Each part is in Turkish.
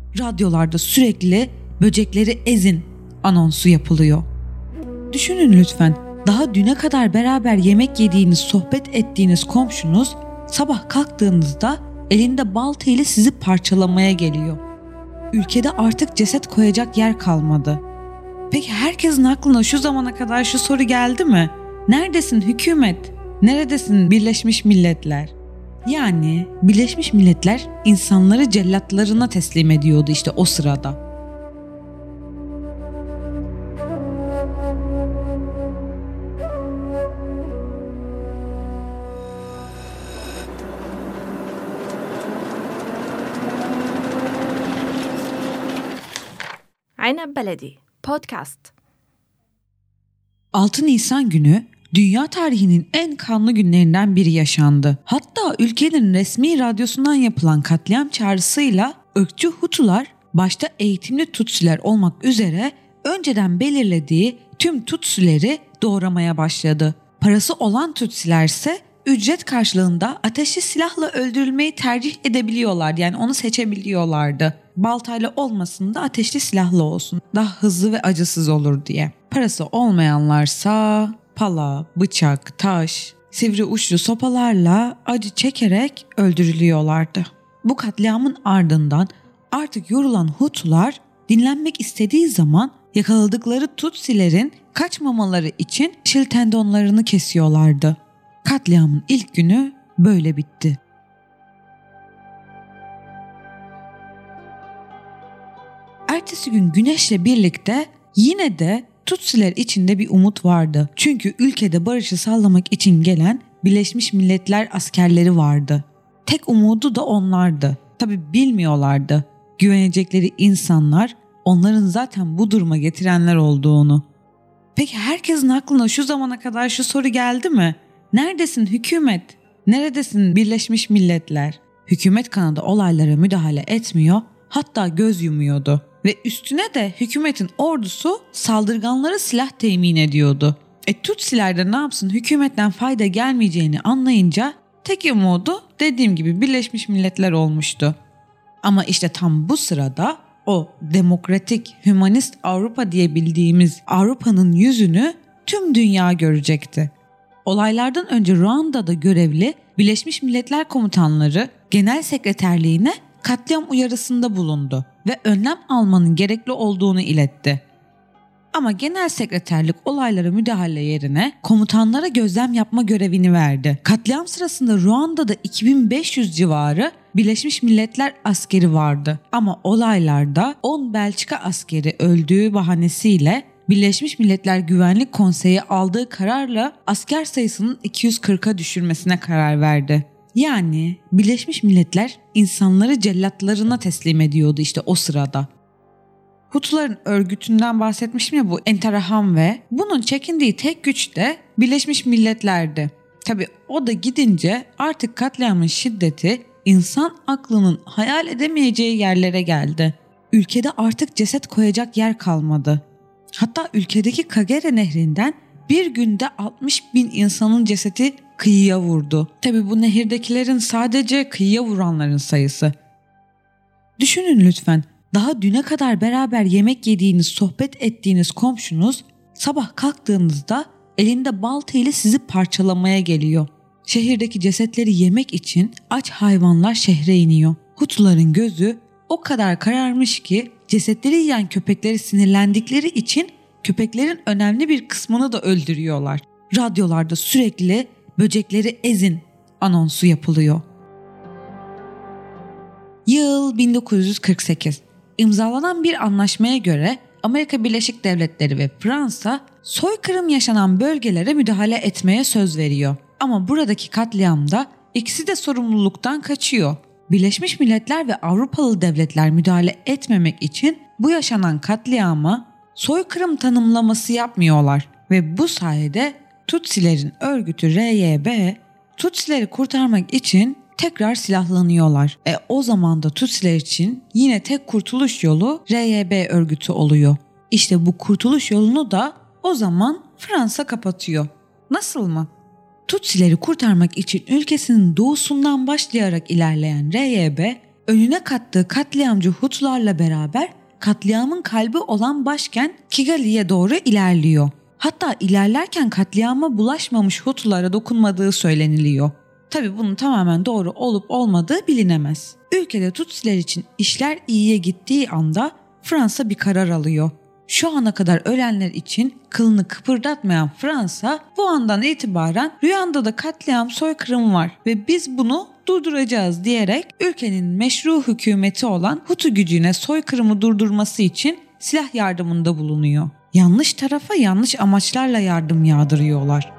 Radyolarda sürekli böcekleri ezin anonsu yapılıyor. Düşünün lütfen, daha düne kadar beraber yemek yediğiniz, sohbet ettiğiniz komşunuz sabah kalktığınızda elinde baltayla sizi parçalamaya geliyor. Ülkede artık ceset koyacak yer kalmadı. Peki herkesin aklına şu zamana kadar şu soru geldi mi? Neredesin hükümet? Neredesin Birleşmiş Milletler? Yani Birleşmiş Milletler insanları cellatlarına teslim ediyordu işte o sırada. Aynab Beledi Podcast. 6 Nisan günü dünya tarihinin en kanlı günlerinden biri yaşandı. Hatta ülkenin resmi radyosundan yapılan katliam çağrısıyla ırkçı Hutular, başta eğitimli Tutsiler olmak üzere önceden belirlediği tüm Tutsileri doğramaya başladı. Parası olan Tutsiler ise ücret karşılığında ateşli silahla öldürülmeyi tercih edebiliyorlardı. Yani onu seçebiliyorlardı. Baltayla olmasın da ateşli silahla olsun. Daha hızlı ve acısız olur diye. Parası olmayanlarsa pala, bıçak, taş, sivri uçlu sopalarla acı çekerek öldürülüyorlardı. Bu katliamın ardından artık yorulan Hutular dinlenmek istediği zaman yakaladıkları Tutsilerin kaçmamaları için şil tendonlarını kesiyorlardı. Katliamın ilk günü böyle bitti. Ertesi gün güneşle birlikte yine de Tutsiler içinde bir umut vardı. Çünkü ülkede barışı sağlamak için gelen Birleşmiş Milletler askerleri vardı. Tek umudu da onlardı. Tabii bilmiyorlardı güvenecekleri insanlar onların zaten bu duruma getirenler olduğunu. Peki herkesin aklına şu zamana kadar şu soru geldi mi? Neredesin hükümet? Neredesin Birleşmiş Milletler? Hükümet kanadı olaylara müdahale etmiyor, hatta göz yumuyordu. Ve üstüne de hükümetin ordusu saldırganlara silah temin ediyordu. Tutsiler de ne yapsın, hükümetten fayda gelmeyeceğini anlayınca tek umudu dediğim gibi Birleşmiş Milletler olmuştu. Ama işte tam bu sırada o demokratik, hümanist Avrupa diye bildiğimiz Avrupa'nın yüzünü tüm dünya görecekti. Olaylardan önce Ruanda'da görevli Birleşmiş Milletler Komutanları Genel Sekreterliğine katliam uyarısında bulundu ve önlem almanın gerekli olduğunu iletti. Ama Genel Sekreterlik olaylara müdahale yerine komutanlara gözlem yapma görevini verdi. Katliam sırasında Ruanda'da 2500 civarı Birleşmiş Milletler askeri vardı. Ama olaylarda 10 Belçika askeri öldüğü bahanesiyle Birleşmiş Milletler Güvenlik Konseyi aldığı kararla asker sayısının 240'a düşürmesine karar verdi. Yani Birleşmiş Milletler insanları cellatlarına teslim ediyordu işte o sırada. Hutuların örgütünden bahsetmiştim ya, bu Interahamwe. Bunun çekindiği tek güç de Birleşmiş Milletler'di. Tabii o da gidince artık katliamın şiddeti insan aklının hayal edemeyeceği yerlere geldi. Ülkede artık ceset koyacak yer kalmadı. Hatta ülkedeki Kagera Nehri'nden bir günde 60.000 insanın cesedi kıyıya vurdu. Tabii bu nehirdekilerin sadece kıyıya vuranların sayısı. Düşünün lütfen, daha düne kadar beraber yemek yediğiniz, sohbet ettiğiniz komşunuz sabah kalktığınızda elinde baltayla sizi parçalamaya geliyor. Şehirdeki cesetleri yemek için aç hayvanlar şehre iniyor. Hutuların gözü o kadar kararmış ki cesetleri yiyen köpekleri sinirlendikleri için köpeklerin önemli bir kısmını da öldürüyorlar. Radyolarda sürekli böcekleri ezin anonsu yapılıyor. Yıl 1948. İmzalanan bir anlaşmaya göre Amerika Birleşik Devletleri ve Fransa soykırım yaşanan bölgelere müdahale etmeye söz veriyor. Ama buradaki katliamda ikisi de sorumluluktan kaçıyor. Birleşmiş Milletler ve Avrupalı devletler müdahale etmemek için bu yaşanan katliama soykırım tanımlaması yapmıyorlar ve bu sayede Tutsilerin örgütü RYB, Tutsileri kurtarmak için tekrar silahlanıyorlar. O zaman da Tutsiler için yine tek kurtuluş yolu RYB örgütü oluyor. İşte bu kurtuluş yolunu da o zaman Fransa kapatıyor. Nasıl mı? Tutsileri kurtarmak için ülkesinin doğusundan başlayarak ilerleyen RYB, önüne kattığı katliamcı Hutularla beraber katliamın kalbi olan başkent Kigali'ye doğru ilerliyor. Hatta ilerlerken katliama bulaşmamış Hutulara dokunmadığı söyleniliyor. Tabii bunun tamamen doğru olup olmadığı bilinemez. Ülkede Tutsiler için işler iyiye gittiği anda Fransa bir karar alıyor. Şu ana kadar ölenler için kılını kıpırdatmayan Fransa bu andan itibaren Rwanda'da katliam soykırım var ve biz bunu durduracağız diyerek ülkenin meşru hükümeti olan Hutu gücüne soykırımı durdurması için silah yardımında bulunuyor. Yanlış tarafa yanlış amaçlarla yardım yağdırıyorlar.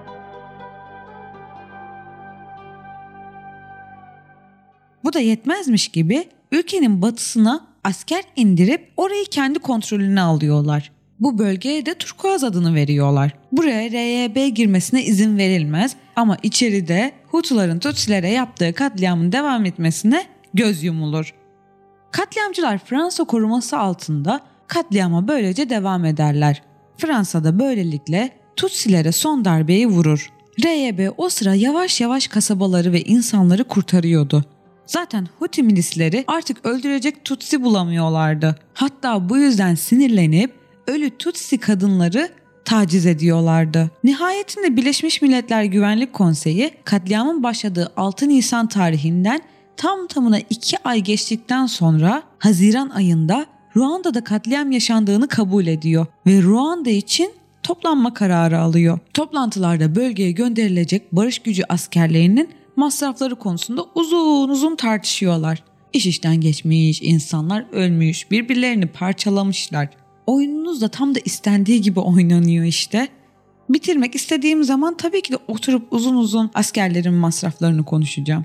Bu da yetmezmiş gibi ülkenin batısına asker indirip orayı kendi kontrolüne alıyorlar. Bu bölgeye de Turkuaz adını veriyorlar. Buraya RYB girmesine izin verilmez ama içeride Hutuların Tutsilere yaptığı katliamın devam etmesine göz yumulur. Katliamcılar Fransa koruması altında katliama böylece devam ederler. Fransa'da böylelikle Tutsilere son darbeyi vurur. RYB o sıra yavaş yavaş kasabaları ve insanları kurtarıyordu. Zaten Hutu milisleri artık öldürecek Tutsi bulamıyorlardı. Hatta bu yüzden sinirlenip ölü Tutsi kadınları taciz ediyorlardı. Nihayetinde Birleşmiş Milletler Güvenlik Konseyi katliamın başladığı 6 Nisan tarihinden tam tamına 2 ay geçtikten sonra Haziran ayında Ruanda'da katliam yaşandığını kabul ediyor ve Ruanda için toplanma kararı alıyor. Toplantılarda bölgeye gönderilecek barış gücü askerlerinin masrafları konusunda uzun uzun tartışıyorlar. İş işten geçmiş, insanlar ölmüş, birbirlerini parçalamışlar. Oyununuz da tam da istendiği gibi oynanıyor işte. Bitirmek istediğim zaman tabii ki de oturup uzun uzun askerlerin masraflarını konuşacağım.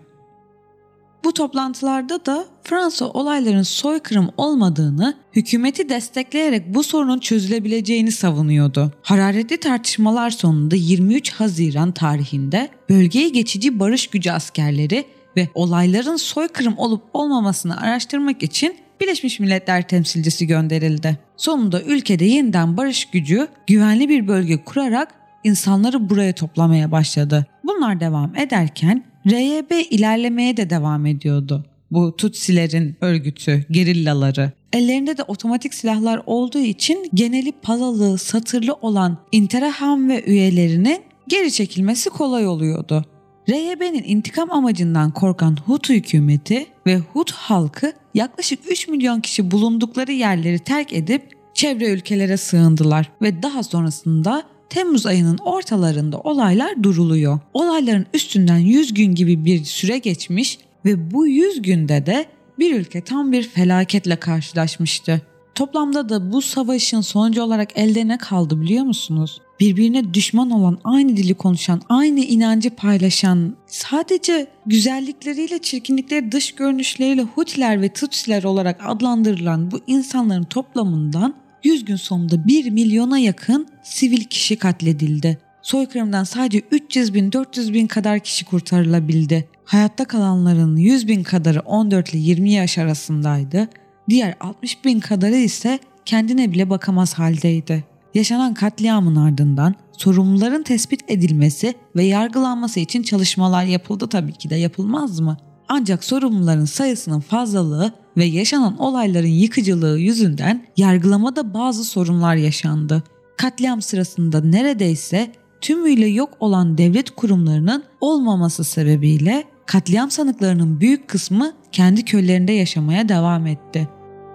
Bu toplantılarda da Fransa olayların soykırım olmadığını, hükümeti destekleyerek bu sorunun çözülebileceğini savunuyordu. Hararetli tartışmalar sonunda 23 Haziran tarihinde bölgeye geçici barış gücü askerleri ve olayların soykırım olup olmamasını araştırmak için Birleşmiş Milletler temsilcisi gönderildi. Sonunda ülkede yeniden barış gücü güvenli bir bölge kurarak insanları buraya toplamaya başladı. Bunlar devam ederken RYB ilerlemeye de devam ediyordu. Bu Tutsilerin örgütü, gerillaları. Ellerinde de otomatik silahlar olduğu için geneli palalı, satırlı olan Interahamwe üyelerinin geri çekilmesi kolay oluyordu. RYB'nin intikam amacından korkan Hutu hükümeti ve Hutu halkı yaklaşık 3 milyon kişi bulundukları yerleri terk edip çevre ülkelere sığındılar ve daha sonrasında Temmuz ayının ortalarında olaylar duruluyor. Olayların üstünden 100 gün gibi bir süre geçmiş ve bu 100 günde de bir ülke tam bir felaketle karşılaşmıştı. Toplamda da bu savaşın sonucu olarak elde ne kaldı biliyor musunuz? Birbirine düşman olan, aynı dili konuşan, aynı inancı paylaşan, sadece güzellikleriyle, çirkinlikleri, dış görünüşleriyle Hutiler ve Tutsiler olarak adlandırılan bu insanların toplamından 100 gün sonunda 1 milyona yakın sivil kişi katledildi. Soykırımdan sadece 300 bin, 400 bin kadar kişi kurtarılabildi. Hayatta kalanların 100 bin kadarı 14 ile 20 yaş arasındaydı. Diğer 60 bin kadarı ise kendine bile bakamaz haldeydi. Yaşanan katliamın ardından sorumluların tespit edilmesi ve yargılanması için çalışmalar yapıldı, tabii ki de yapılmaz mı? Ancak sorumluların sayısının fazlalığı ve yaşanan olayların yıkıcılığı yüzünden yargılamada bazı sorunlar yaşandı. Katliam sırasında neredeyse tümüyle yok olan devlet kurumlarının olmaması sebebiyle katliam sanıklarının büyük kısmı kendi köylerinde yaşamaya devam etti.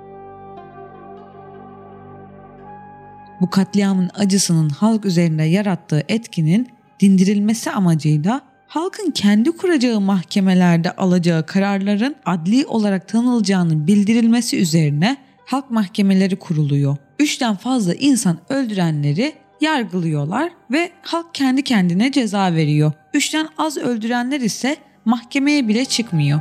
Bu katliamın acısının halk üzerinde yarattığı etkinin dindirilmesi amacıyla halkın kendi kuracağı mahkemelerde alacağı kararların adli olarak tanınacağını bildirilmesi üzerine halk mahkemeleri kuruluyor. 3'ten fazla insan öldürenleri yargılıyorlar ve halk kendi kendine ceza veriyor. 3'ten az öldürenler ise mahkemeye bile çıkmıyor.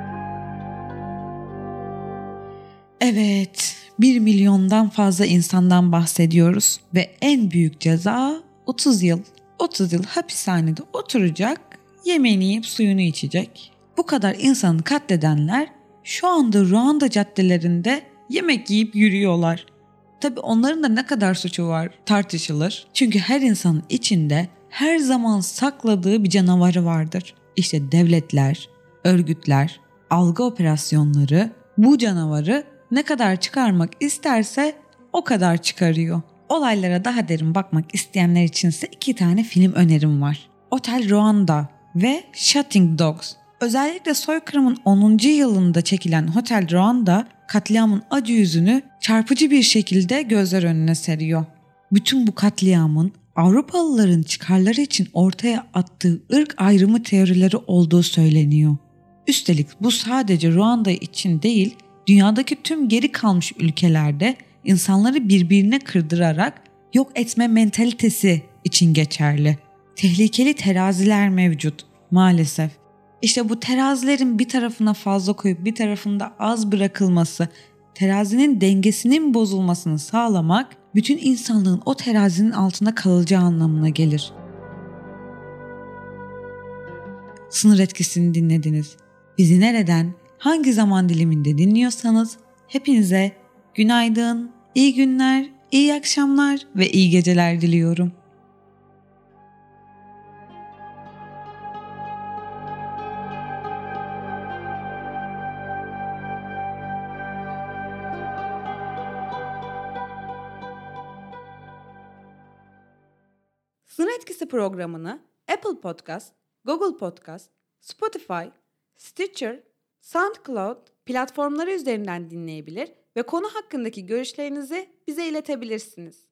Evet, 1 milyondan fazla insandan bahsediyoruz ve en büyük ceza 30 yıl. 30 yıl hapishanede oturacak, yemeğini yiyip suyunu içecek. Bu kadar insanı katledenler şu anda Ruanda caddelerinde yemek yiyip yürüyorlar. Tabii onların da ne kadar suçu var tartışılır. Çünkü her insanın içinde her zaman sakladığı bir canavarı vardır. İşte devletler, örgütler, algı operasyonları bu canavarı ne kadar çıkarmak isterse o kadar çıkarıyor. Olaylara daha derin bakmak isteyenler içinse 2 tane film önerim var. Hotel Rwanda ve Shooting Dogs. Özellikle soykırımın 10. yılında çekilen Hotel Rwanda, katliamın acı yüzünü çarpıcı bir şekilde gözler önüne seriyor. Bütün bu katliamın Avrupalıların çıkarları için ortaya attığı ırk ayrımı teorileri olduğu söyleniyor. Üstelik bu sadece Ruanda için değil, dünyadaki tüm geri kalmış ülkelerde insanları birbirine kırdırarak yok etme mentalitesi için geçerli. Tehlikeli teraziler mevcut maalesef. İşte bu terazilerin bir tarafına fazla koyup bir tarafında az bırakılması, terazinin dengesinin bozulmasını sağlamak, bütün insanlığın o terazinin altında kalacağı anlamına gelir. Sınır Etkisi'ni dinlediniz. Bizi nereden, hangi zaman diliminde dinliyorsanız hepinize günaydın, iyi günler, iyi akşamlar ve iyi geceler diliyorum. Sınır Etkisi programını Apple Podcast, Google Podcast, Spotify, Stitcher, SoundCloud platformları üzerinden dinleyebilir ve konu hakkındaki görüşlerinizi bize iletebilirsiniz.